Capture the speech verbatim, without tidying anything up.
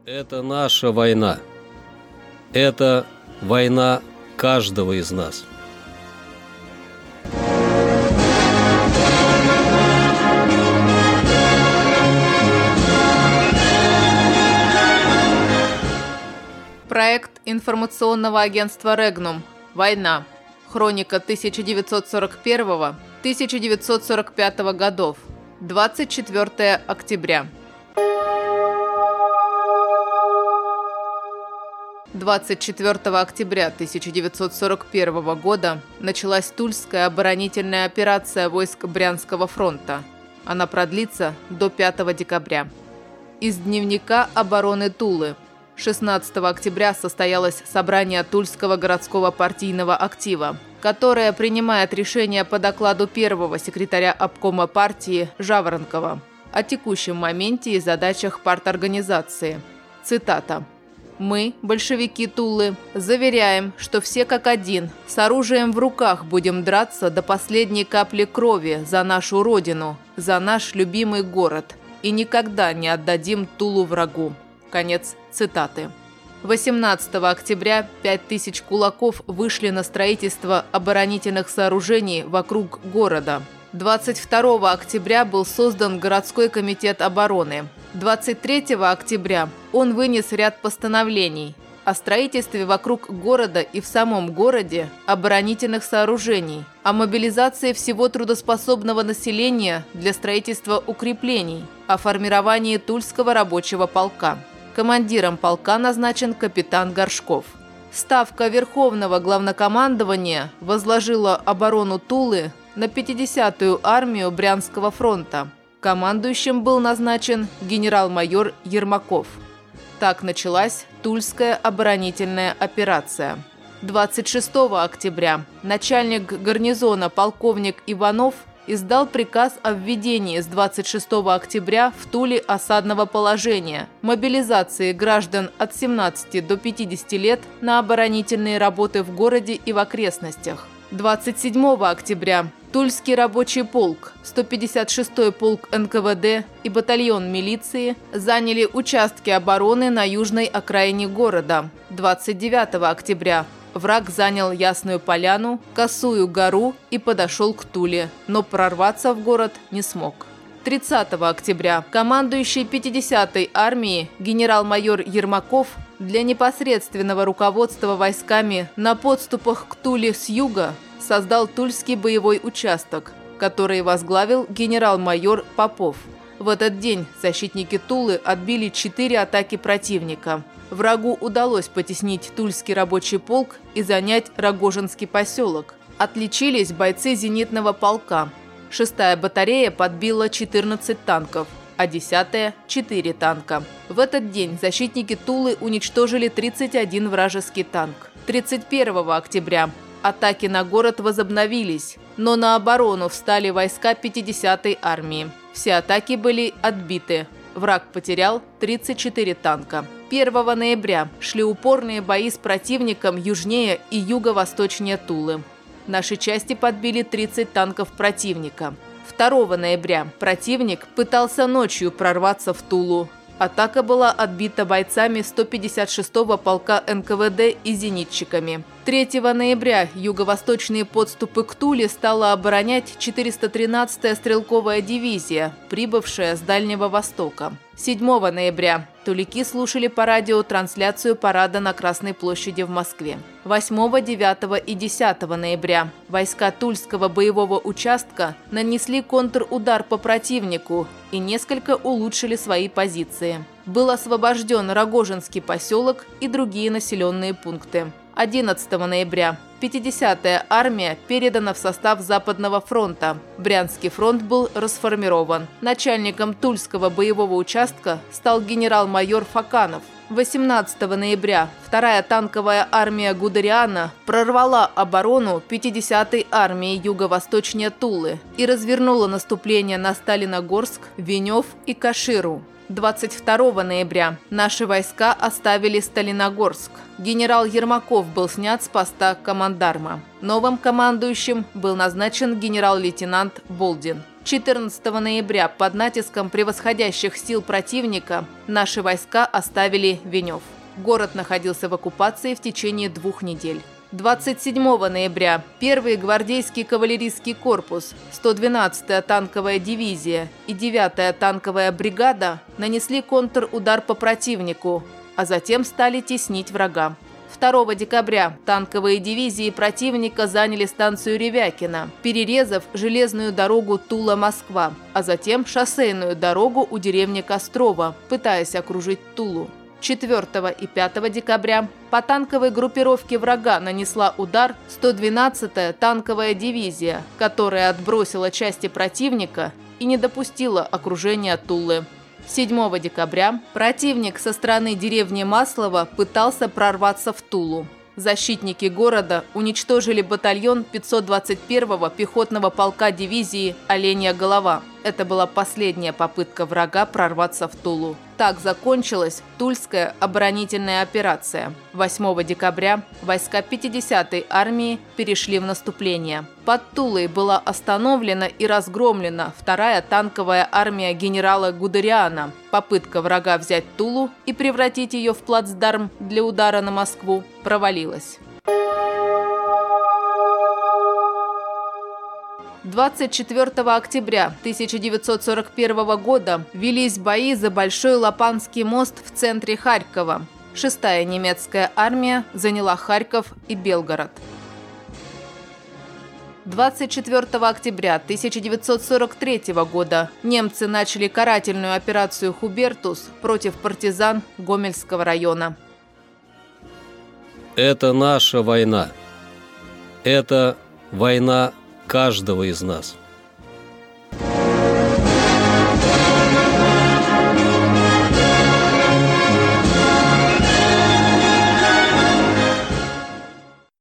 Это наша война. Это война каждого из нас. Проект информационного агентства «Регнум. Война. Хроника тысяча девятьсот сорок первого — тысяча девятьсот сорок пятого годов. двадцать четвёртое октября. двадцать четвёртого октября тысяча девятьсот сорок первого года началась Тульская оборонительная операция войск Брянского фронта. Она продлится до пятого декабря. Из дневника обороны Тулы. шестнадцатого октября состоялось собрание Тульского городского партийного актива, которое принимает решение по докладу первого секретаря обкома партии Жаворонкова о текущем моменте и задачах парторганизации. Цитата. «Мы, большевики Тулы, заверяем, что все как один, с оружием в руках будем драться до последней капли крови за нашу родину, за наш любимый город, и никогда не отдадим Тулу врагу». Конец цитаты. восемнадцатого октября пять тысяч кулаков вышли на строительство оборонительных сооружений вокруг города. двадцать второго октября был создан городской комитет обороны. двадцать третьего октября он вынес ряд постановлений о строительстве вокруг города и в самом городе оборонительных сооружений, о мобилизации всего трудоспособного населения для строительства укреплений, о формировании Тульского рабочего полка. Командиром полка назначен капитан Горшков. Ставка Верховного Главнокомандования возложила оборону Тулы на пятидесятую армию Брянского фронта. Командующим был назначен генерал-майор Ермаков. Так началась Тульская оборонительная операция. двадцать шестого октября начальник гарнизона полковник Иванов издал приказ о введении с двадцать шестого октября в Туле осадного положения, мобилизации граждан от семнадцати до пятидесяти лет на оборонительные работы в городе и в окрестностях. двадцать седьмого октября Тульский рабочий полк, сто пятьдесят шестой полк эн ка вэ дэ и батальон милиции заняли участки обороны на южной окраине города. двадцать девятого октября враг занял Ясную Поляну, Косую гору и подошел к Туле, но прорваться в город не смог. тридцатого октября командующий пятидесятой армией генерал-майор Ермаков для непосредственного руководства войсками на подступах к Туле с юга создал Тульский боевой участок, который возглавил генерал-майор Попов. В этот день защитники Тулы отбили четыре атаки противника. Врагу удалось потеснить Тульский рабочий полк и занять Рогожинский поселок. Отличились бойцы зенитного полка. Шестая батарея подбила четырнадцать танков, а десятая – четыре танка. В этот день защитники Тулы уничтожили тридцать один вражеский танк. тридцать первого октября атаки на город возобновились, но на оборону встали войска пятидесятой армии. Все атаки были отбиты. Враг потерял тридцать четыре танка. первого ноября шли упорные бои с противником южнее и юго-восточнее Тулы. Наши части подбили тридцать танков противника. второго ноября противник пытался ночью прорваться в Тулу. Атака была отбита бойцами сто пятьдесят шестого полка эн ка вэ дэ и зенитчиками. третьего ноября юго-восточные подступы к Туле стала оборонять четыреста тринадцатая стрелковая дивизия, прибывшая с Дальнего Востока. седьмого ноября тулики слушали по радио трансляцию парада на Красной площади в Москве. восьмого, девятого и десятого ноября войска Тульского боевого участка нанесли контрудар по противнику и несколько улучшили свои позиции. Был освобожден Рогожинский поселок и другие населенные пункты. одиннадцатого ноября пятидесятая армия передана в состав Западного фронта. Брянский фронт был расформирован. Начальником Тульского боевого участка стал генерал-майор Факанов. восемнадцатого ноября вторая танковая армия Гудериана прорвала оборону пятидесятой армии юго-восточнее Тулы и развернула наступление на Сталиногорск, Венев и Каширу. двадцать второго ноября наши войска оставили Сталиногорск. Генерал Ермаков был снят с поста командарма. Новым командующим был назначен генерал-лейтенант Болдин. четырнадцатого ноября под натиском превосходящих сил противника наши войска оставили Венев. Город находился в оккупации в течение двух недель. двадцать седьмого ноября первый гвардейский кавалерийский корпус, сто двенадцатая танковая дивизия и девятая танковая бригада нанесли контрудар по противнику, а затем стали теснить врага. второго декабря танковые дивизии противника заняли станцию Ревякино, перерезав железную дорогу Тула-Москва, а затем шоссейную дорогу у деревни Кострова, пытаясь окружить Тулу. четвёртого и пятого декабря по танковой группировке врага нанесла удар сто двенадцатая танковая дивизия, которая отбросила части противника и не допустила окружения Тулы. седьмого декабря противник со стороны деревни Маслово пытался прорваться в Тулу. Защитники города уничтожили батальон пятьсот двадцать первого пехотного полка дивизии «Оленья голова». Это была последняя попытка врага прорваться в Тулу. Так закончилась Тульская оборонительная операция. восьмого декабря войска пятидесятой армии перешли в наступление. Под Тулой была остановлена и разгромлена вторая танковая армия генерала Гудериана. Попытка врага взять Тулу и превратить ее в плацдарм для удара на Москву провалилась. двадцать четвёртого октября тысяча девятьсот сорок первого года велись бои за Большой Лопанский мост в центре Харькова. Шестая немецкая армия заняла Харьков и Белгород. двадцать четвёртого октября тысяча девятьсот сорок третьего года немцы начали карательную операцию «Хубертус» против партизан Гомельского района. Это наша война. Это война каждого из нас.